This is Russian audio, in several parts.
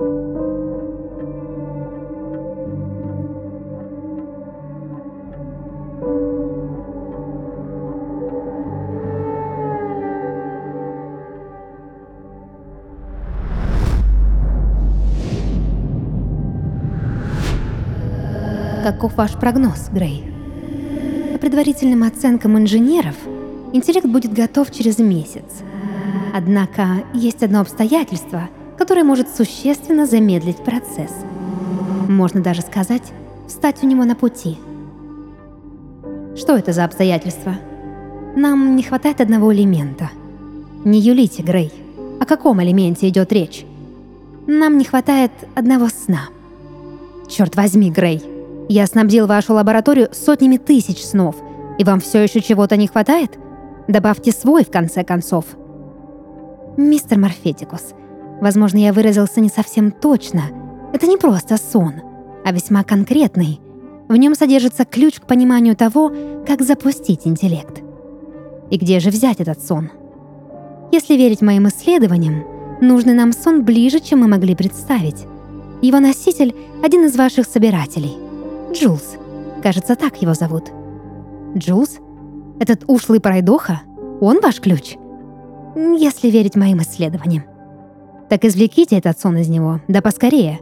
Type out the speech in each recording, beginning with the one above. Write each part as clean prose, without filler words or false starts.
Каков ваш прогноз, Грей? По предварительным оценкам инженеров, интеллект будет готов через месяц. Однако есть одно обстоятельство, которое может существенно замедлить процесс. Можно даже сказать, встать у него на пути. Что это за обстоятельство? Нам не хватает одного элемента. Не юлите, Грей. О каком элементе идет речь? Нам не хватает одного сна. Черт возьми, Грей. Я снабдил вашу лабораторию сотнями тысяч снов, и вам все еще чего-то не хватает? Добавьте свой, в конце концов. Мистер Морфетикус, возможно, я выразился не совсем точно. Это не просто сон, а весьма конкретный. В нем содержится ключ к пониманию того, как запустить интеллект. И где же взять этот сон? Если верить моим исследованиям, нужный нам сон ближе, чем мы могли представить. Его носитель — один из ваших собирателей. Джулс. Кажется, так его зовут. Джулс? Этот ушлый пройдоха? Он ваш ключ? Если верить моим исследованиям. Так извлеките этот сон из него, да поскорее.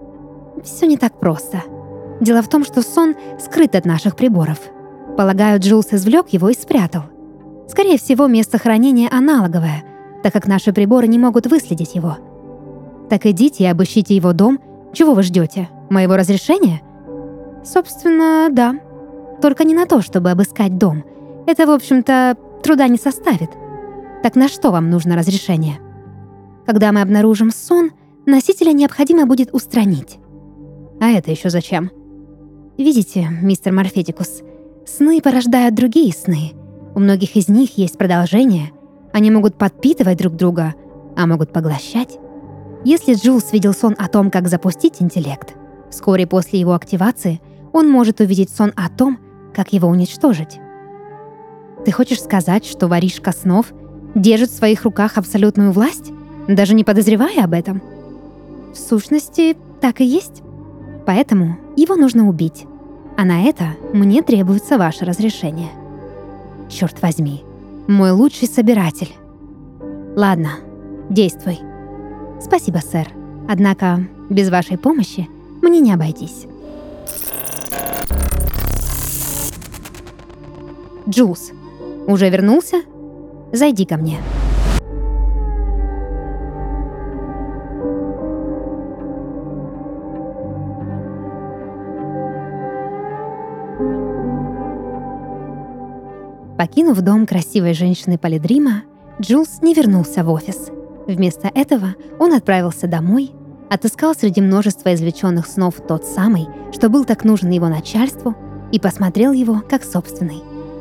Все не так просто. Дело в том, что сон скрыт от наших приборов. Полагаю, Джулс извлек его и спрятал. Скорее всего, место хранения аналоговое, так как наши приборы не могут выследить его. Так идите и обыщите его дом. Чего вы ждете? Моего разрешения? Собственно, да. Только не на то, чтобы обыскать дом. Это, в общем-то, труда не составит. Так на что вам нужно разрешение? Когда мы обнаружим сон, носителя необходимо будет устранить. А это еще зачем? Видите, мистер Морфетикус, сны порождают другие сны. У многих из них есть продолжение. Они могут подпитывать друг друга, а могут поглощать. Если Джулс видел сон о том, как запустить интеллект, вскоре после его активации он может увидеть сон о том, как его уничтожить. Ты хочешь сказать, что воришка снов держит в своих руках абсолютную власть, даже не подозревая об этом? В сущности, так и есть. Поэтому его нужно убить. А на это мне требуется ваше разрешение. Черт возьми, мой лучший собиратель. Ладно, действуй. Спасибо, сэр. Однако без вашей помощи мне не обойтись. Джулс, уже вернулся? Зайди ко мне. Покинув дом красивой женщины Полидрима, Джулс не вернулся в офис. Вместо этого он отправился домой, отыскал среди множества извлеченных снов тот самый, что был так нужен его начальству, и посмотрел его как собственный.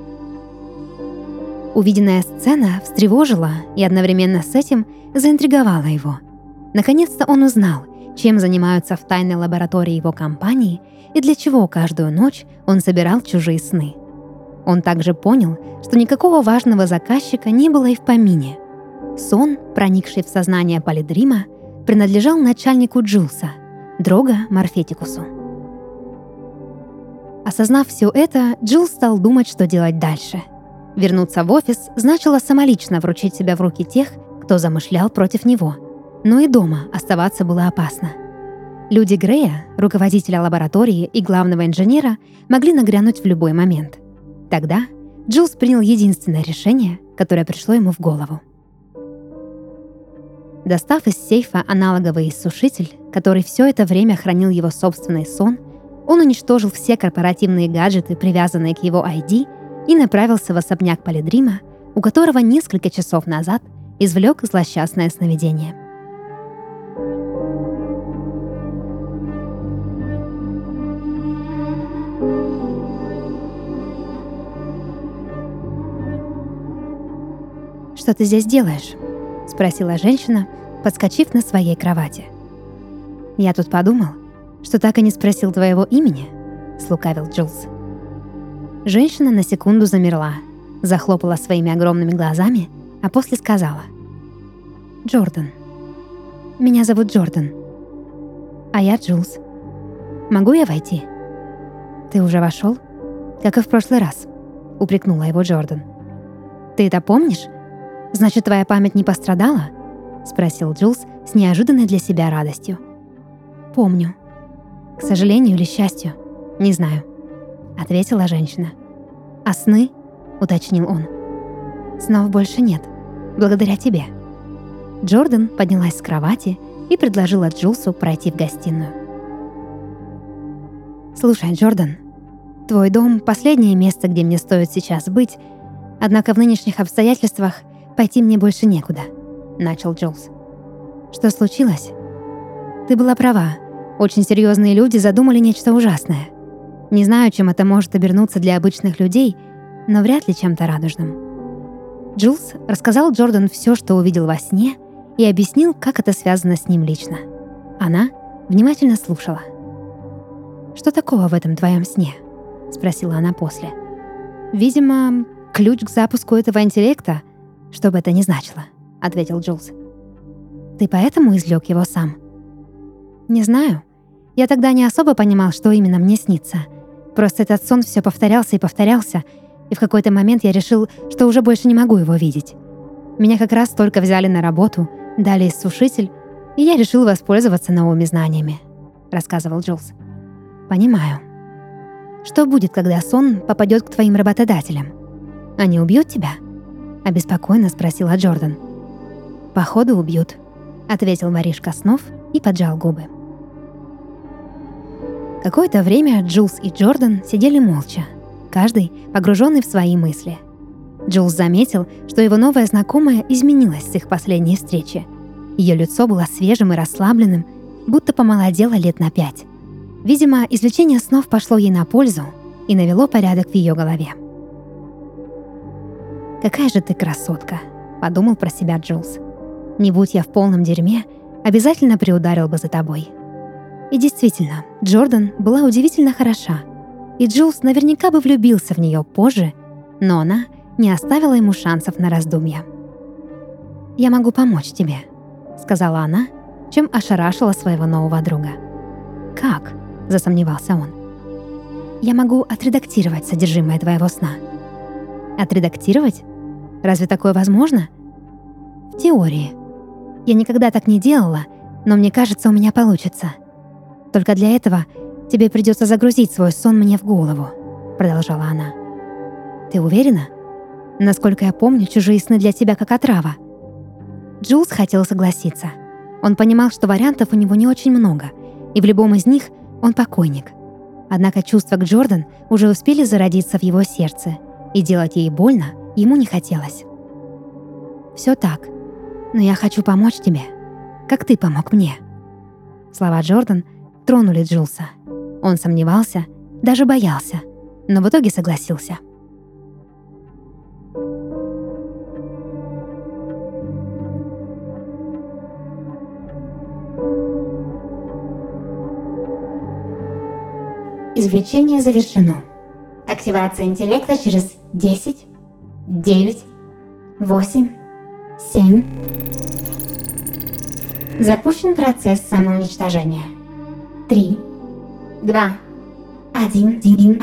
Увиденная сцена встревожила и одновременно с этим заинтриговала его. Наконец-то он узнал, чем занимаются в тайной лаборатории его компании и для чего каждую ночь он собирал чужие сны. Он также понял, что никакого важного заказчика не было и в помине. Сон, проникший в сознание Полидрима, принадлежал начальнику Джулса, Дрога Морфетикусу. Осознав все это, Джулс стал думать, что делать дальше. Вернуться в офис значило самолично вручить себя в руки тех, кто замышлял против него. Но и дома оставаться было опасно. Люди Грея, руководителя лаборатории и главного инженера, могли нагрянуть в любой момент. Тогда Джулс принял единственное решение, которое пришло ему в голову. Достав из сейфа аналоговый иссушитель, который все это время хранил его собственный сон, он уничтожил все корпоративные гаджеты, привязанные к его ID, и направился в особняк Полидрима, у которого несколько часов назад извлек злосчастное сновидение. «Что ты здесь делаешь?» — спросила женщина, подскочив на своей кровати. «Я тут подумал, что так и не спросил твоего имени», — слукавил Джулс. Женщина на секунду замерла, захлопала своими огромными глазами, а после сказала: «Джордан. Меня зовут Джордан. А я Джулс. Могу я войти? Ты уже вошел? Как и в прошлый раз, упрекнула его Джордан. Ты это помнишь? Значит, твоя память не пострадала? Спросил Джулс с неожиданной для себя радостью. Помню. К сожалению или счастью, не знаю, ответила женщина. А сны? Уточнил он. Снов больше нет, благодаря тебе. Джордан поднялась с кровати и предложила Джулсу пройти в гостиную. «Слушай, Джордан, твой дом — последнее место, где мне стоит сейчас быть, однако в нынешних обстоятельствах пойти мне больше некуда», — начал Джулс. «Что случилось? Ты была права, очень серьезные люди задумали нечто ужасное. Не знаю, чем это может обернуться для обычных людей, но вряд ли чем-то радужным». Джулс рассказал Джордан все, что увидел во сне, и объяснил, как это связано с ним лично. Она внимательно слушала. «Что такого в этом твоем сне?» — спросила она после. «Видимо, ключ к запуску этого интеллекта, что бы это ни значило», — ответил Джулс. «Ты поэтому извлек его сам?» «Не знаю. Я тогда не особо понимал, что именно мне снится. Просто этот сон все повторялся и повторялся, и в какой-то момент я решил, что уже больше не могу его видеть. Меня как раз только взяли на работу, дали иссушитель, и я решил воспользоваться новыми знаниями», — рассказывал Джулс. «Понимаю. Что будет, когда сон попадет к твоим работодателям? Они убьют тебя?» — обеспокоенно спросила Джордан. «Походу, убьют», — ответил воришка снов и поджал губы. Какое-то время Джулс и Джордан сидели молча, каждый погруженный в свои мысли. Джулс заметил, что его новая знакомая изменилась с их последней встречи. Ее лицо было свежим и расслабленным, будто помолодело лет на 5. Видимо, извлечение снов пошло ей на пользу и навело порядок в ее голове. «Какая же ты красотка», — подумал про себя Джулс. «Не будь я в полном дерьме, обязательно приударил бы за тобой». И действительно, Джордан была удивительно хороша, и Джулс наверняка бы влюбился в нее позже, но она не оставила ему шансов на раздумья. «Я могу помочь тебе», — сказала она, чем ошарашила своего нового друга. «Как?» — засомневался он. «Я могу отредактировать содержимое твоего сна». «Отредактировать? Разве такое возможно?» «В теории. Я никогда так не делала, но мне кажется, у меня получится. Только для этого тебе придется загрузить свой сон мне в голову», — продолжала она. «Ты уверена? Насколько я помню, чужие сны для тебя как отрава». Джулс хотел согласиться. Он понимал, что вариантов у него не очень много, и в любом из них он покойник. Однако чувства к Джордан уже успели зародиться в его сердце, и делать ей больно ему не хотелось. «Все так, но я хочу помочь тебе, как ты помог мне». Слова Джордан тронули Джулса. Он сомневался, даже боялся, но в итоге согласился. Извлечение завершено. Активация интеллекта через 10, 9, 8, 7. Запущен процесс самоуничтожения. 3, 2, 1.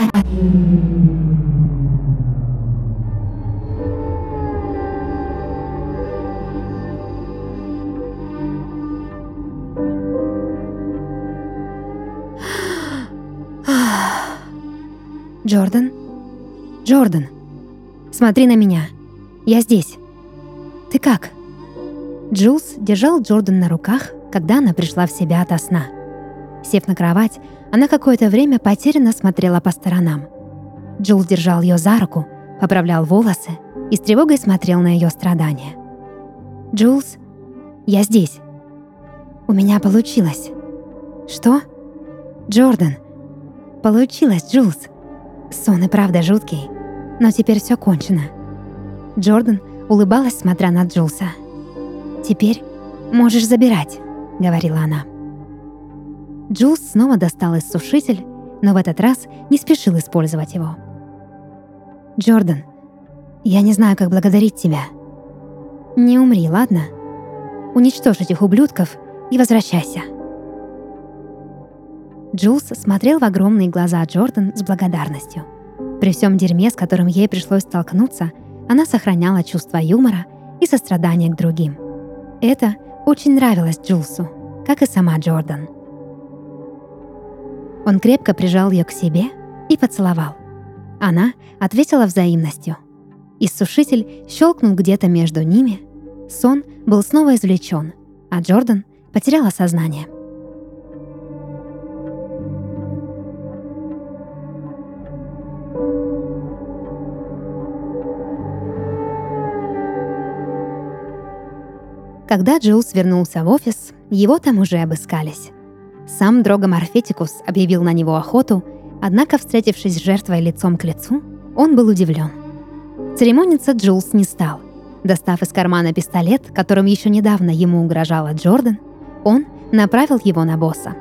«Джордан? Джордан, смотри на меня. Я здесь. Ты как?» Джулс держал Джордан на руках, когда она пришла в себя ото сна. Сев на кровать, она какое-то время потерянно смотрела по сторонам. Джулс держал ее за руку, поправлял волосы и с тревогой смотрел на ее страдания. «Джулс, я здесь. У меня получилось». «Что?» «Джордан, получилось, Джулс. Сон и правда жуткий, но теперь все кончено». Джордан улыбалась, смотря на Джулса. «Теперь можешь забирать», — говорила она. Джулс снова достал иссушитель, но в этот раз не спешил использовать его. «Джордан, я не знаю, как благодарить тебя. Не умри, ладно? Уничтожь этих ублюдков и возвращайся». Джулс смотрел в огромные глаза Джордан с благодарностью. При всем дерьме, с которым ей пришлось столкнуться, она сохраняла чувство юмора и сострадания к другим. Это очень нравилось Джулсу, как и сама Джордан. Он крепко прижал ее к себе и поцеловал. Она ответила взаимностью. Иссушитель щелкнул где-то между ними. Сон был снова извлечен, а Джордан потеряла сознание. Когда Джулс вернулся в офис, его там уже обыскались. Сам Дрого Морфетикус объявил на него охоту, однако, встретившись с жертвой лицом к лицу, он был удивлен. Церемониться Джулс не стал. Достав из кармана пистолет, которым еще недавно ему угрожала Джордан, он направил его на босса.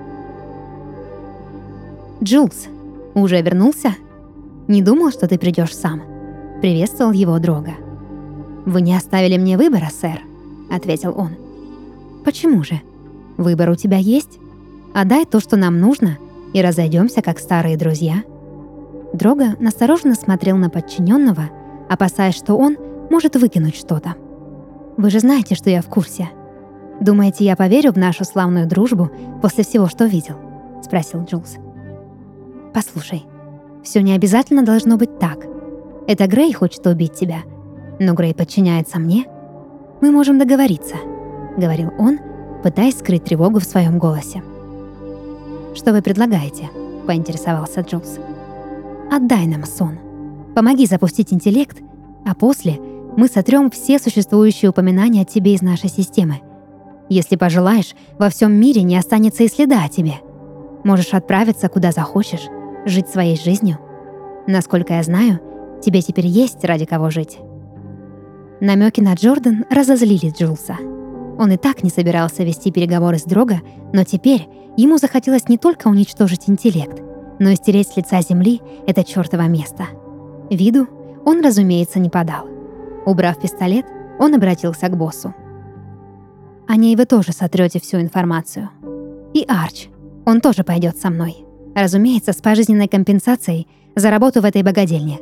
«Джулс, уже вернулся? Не думал, что ты придешь сам», — приветствовал его Дрого. «Вы не оставили мне выбора, сэр», — ответил он. «Почему же? Выбор у тебя есть? Отдай то, что нам нужно, и разойдемся, как старые друзья». Дрого настороженно смотрел на подчиненного, опасаясь, что он может выкинуть что-то. «Вы же знаете, что я в курсе. Думаете, я поверю в нашу славную дружбу после всего, что видел?» — спросил Джулс. «Послушай, все не обязательно должно быть так. Это Грей хочет убить тебя, но Грей подчиняется мне. Мы можем договориться», — говорил он, пытаясь скрыть тревогу в своем голосе. «Что вы предлагаете?» — поинтересовался Джулс. «Отдай нам сон. Помоги запустить интеллект, а после мы сотрем все существующие упоминания о тебе из нашей системы. Если пожелаешь, во всем мире не останется и следа о тебе. Можешь отправиться куда захочешь, жить своей жизнью. Насколько я знаю, тебе теперь есть ради кого жить». Намеки на Джордан разозлили Джулса. Он и так не собирался вести переговоры с Дрого, но теперь ему захотелось не только уничтожить интеллект, но и стереть с лица земли это чертово место. Виду он, разумеется, не подал. Убрав пистолет, он обратился к боссу. «О ней вы тоже сотрете всю информацию. И Арч, он тоже пойдет со мной. Разумеется, с пожизненной компенсацией за работу в этой богадельне».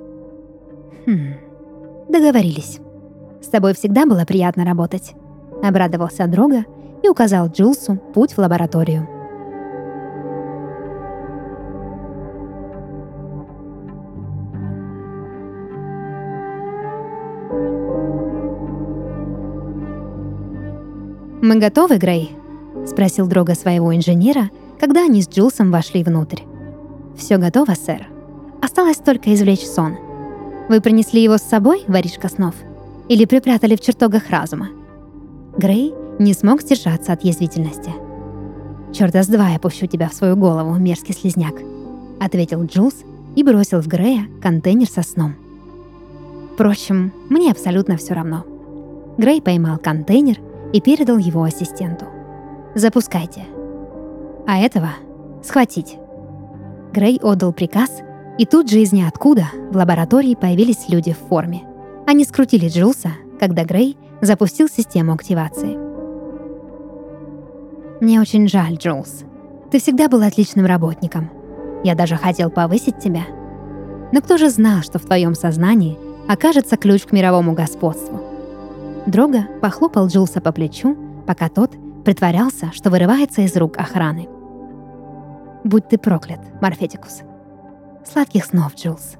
Договорились. С тобой всегда было приятно работать», — обрадовался Дрого и указал Джулсу путь в лабораторию. «Мы готовы, Грей?» — спросил Дрого своего инженера, когда они с Джулсом вошли внутрь. «Все готово, сэр. Осталось только извлечь сон. Вы принесли его с собой, воришка снов? Или припрятали в чертогах разума?» Грей не смог сдержаться от язвительности. «Чёрта с два я пущу тебя в свою голову, мерзкий слизняк», — ответил Джулс и бросил в Грея контейнер со сном. Впрочем, мне абсолютно все равно. Грей поймал контейнер и передал его ассистенту. «Запускайте. А этого схватить». Грей отдал приказ, и тут же из ниоткуда в лаборатории появились люди в форме. Они скрутили Джулса, когда Грей запустил систему активации. «Мне очень жаль, Джулс. Ты всегда был отличным работником. Я даже хотел повысить тебя. Но кто же знал, что в твоем сознании окажется ключ к мировому господству?» Дрого похлопал Джулса по плечу, пока тот притворялся, что вырывается из рук охраны. «Будь ты проклят, Морфетикус. Сладких снов, Джулс».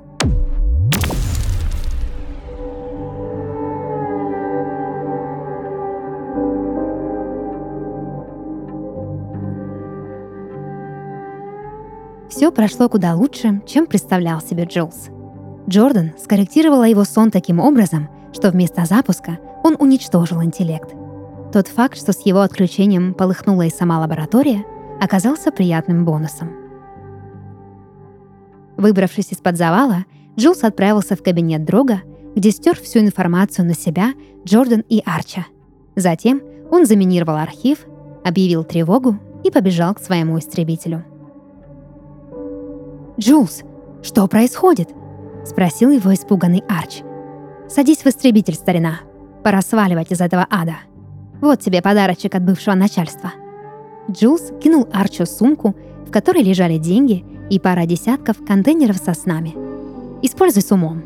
Все прошло куда лучше, чем представлял себе Джулс. Джордан скорректировала его сон таким образом, что вместо запуска он уничтожил интеллект. Тот факт, что с его отключением полыхнула и сама лаборатория, оказался приятным бонусом. Выбравшись из-под завала, Джулс отправился в кабинет Дрого, где стер всю информацию на себя, Джордан и Арча. Затем он заминировал архив, объявил тревогу и побежал к своему истребителю. «Джулс, что происходит?» — спросил его испуганный Арч. «Садись в истребитель, старина. Пора сваливать из этого ада. Вот тебе подарочек от бывшего начальства». Джулс кинул Арчу сумку, в которой лежали деньги и пара десятков контейнеров со снами. «Используй с умом».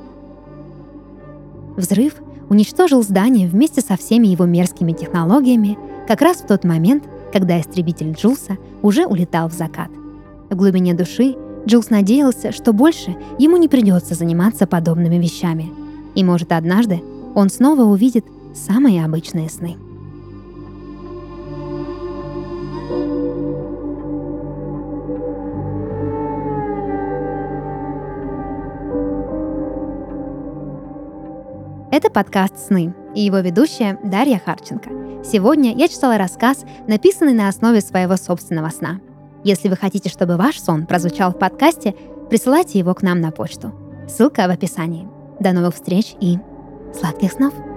Взрыв уничтожил здание вместе со всеми его мерзкими технологиями как раз в тот момент, когда истребитель Джулса уже улетал в закат. В глубине души Джулс надеялся, что больше ему не придется заниматься подобными вещами. И, может, однажды он снова увидит самые обычные сны. Это подкаст «Сны» и его ведущая Дарья Харченко. Сегодня я читала рассказ, написанный на основе своего собственного сна. Если вы хотите, чтобы ваш сон прозвучал в подкасте, присылайте его к нам на почту. Ссылка в описании. До новых встреч и сладких снов!